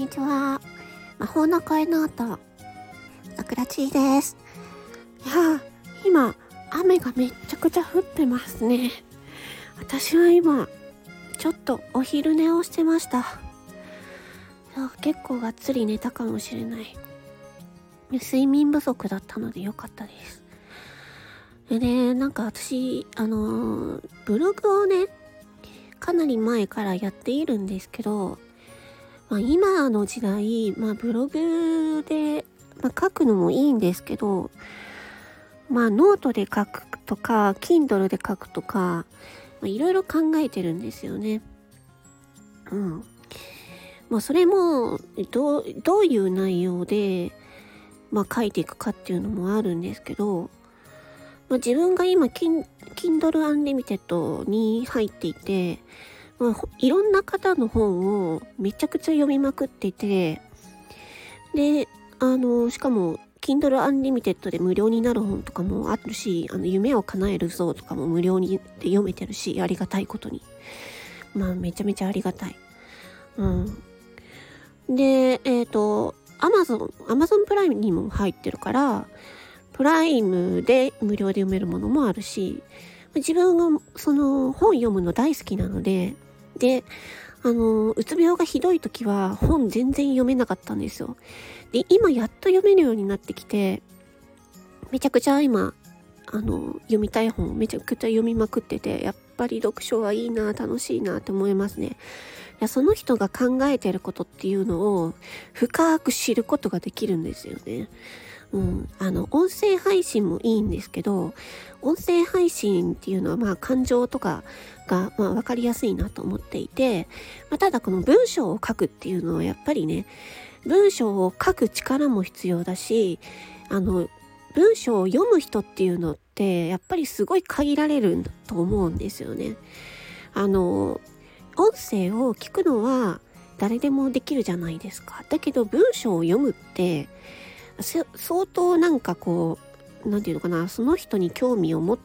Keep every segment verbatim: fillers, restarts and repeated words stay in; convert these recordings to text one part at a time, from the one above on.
ちは。魔法の声の音、さくらちーです。いやー、今、雨がめっちゃくちゃ降ってますね。私は今、ちょっとお昼寝をしてました。いや結構がっつり寝たかもしれない。睡眠不足だったのでよかったです。でね、なんか私、あのー、ブログをね、かなり前からやっているんですけど、まあ、今の時代、まあ、ブログで、まあ、書くのもいいんですけど、まあ、ノートで書くとか、Kindle で書くとか、まあ、いろいろ考えてるんですよね。うん。まあ、それも、どう、どういう内容で、まあ、書いていくかっていうのもあるんですけど、まあ、自分が今、Kindle Unlimited に入っていて、まあ、いろんな方の本をめちゃくちゃ読みまくってて、で、あの、しかも、Kindle Unlimited で無料になる本とかもあるし、あの、夢を叶えるぞとかも無料にで読めてるし、ありがたいことに。まあ、めちゃめちゃありがたい。うん。で、えっと、Amazon、Amazon プライムにも入ってるから、プライムで無料で読めるものもあるし、自分がその本読むの大好きなので、で、あの、うつ病がひどい時は本全然読めなかったんですよ。で、今やっと読めるようになってきて、めちゃくちゃ今、あの、読みたい本をめちゃくちゃ読みまくってて、やっぱり読書はいいな、楽しいなって思いますね。いや、その人が考えてることっていうのを深く知ることができるんですよね。うん、あの、音声配信もいいんですけど、音声配信っていうのはまあ感情とかがまあ分かりやすいなと思っていて、まあ、ただこの文章を書くっていうのはやっぱりね、文章を書く力も必要だし、あの、文章を読む人っていうのってやっぱりすごい限られると思うんですよね。あの、音声を聞くのは誰でもできるじゃないですか。だけど文章を読むって相当なんかこう、なんていうのかな、その人に興味を持って、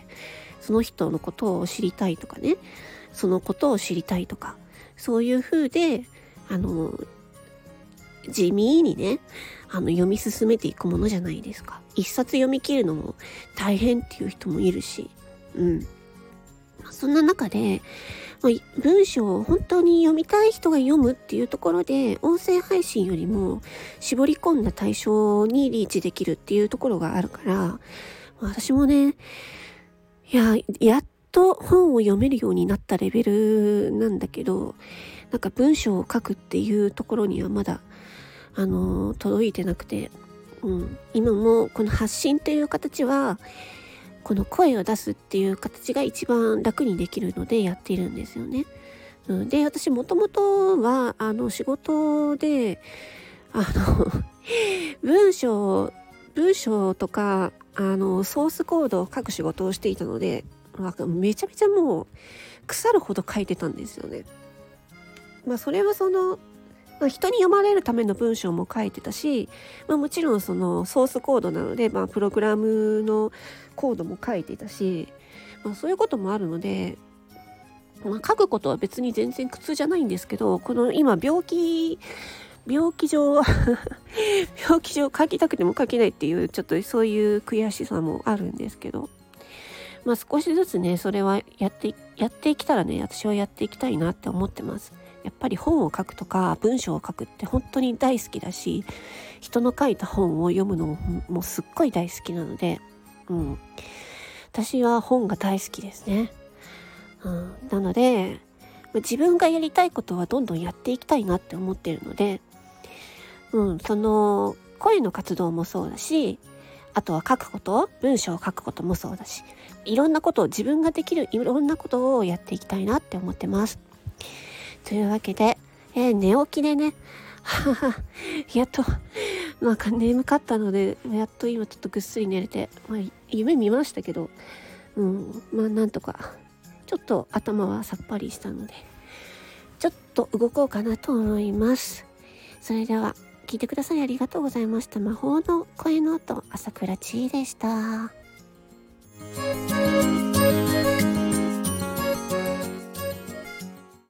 その人のことを知りたいとかね、そのことを知りたいとか、そういう風で、あの、地味にね、あの、読み進めていくものじゃないですか。一冊読み切るのも大変っていう人もいるし、うん。そんな中で、文章を本当に読みたい人が読むっていうところで、音声配信よりも絞り込んだ対象にリーチできるっていうところがあるから、私もね、いや、やっと本を読めるようになったレベルなんだけど、なんか文章を書くっていうところにはまだ、あの、届いてなくて、うん、今もこの発信っていう形は、この声を出すっていう形が一番楽にできるのでやっているんですよね。うん、で、私もともとは、あの、仕事で、あの、文章、文章とか、あの、ソースコードを書く仕事をしていたので、めちゃめちゃもう、腐るほど書いてたんですよね。まあ、それはその、まあ、人に読まれるための文章も書いてたし、まあ、もちろんそのソースコードなので、まあ、プログラムのコードも書いていたし、まあ、そういうこともあるので、まあ、書くことは別に全然苦痛じゃないんですけど、この今病気病気上病気上書きたくても書けないっていうちょっとそういう悔しさもあるんですけど、まあ少しずつねそれはやってやっていけたらね、私はやっていきたいなって思ってます。やっぱり本を書くとか文章を書くって本当に大好きだし、人の書いた本を読むのももうすっごい大好きなので、うん、私は本が大好きですね。うん、なので自分がやりたいことはどんどんやっていきたいなって思ってるので、うん、その声の活動もそうだし、あとは書くこと、文章を書くこともそうだし、いろんなことを自分ができるいろんなことをやっていきたいなって思ってます。というわけで、えー、寝起きでね、やっと、なんか眠かったので、やっと今ちょっとぐっすり寝れて、まあ、夢見ましたけど、うん、まあなんとか、ちょっと頭はさっぱりしたので、ちょっと動こうかなと思います。それでは、聞いてくださりありがとうございました。魔法の声の音、朝倉千恵でした。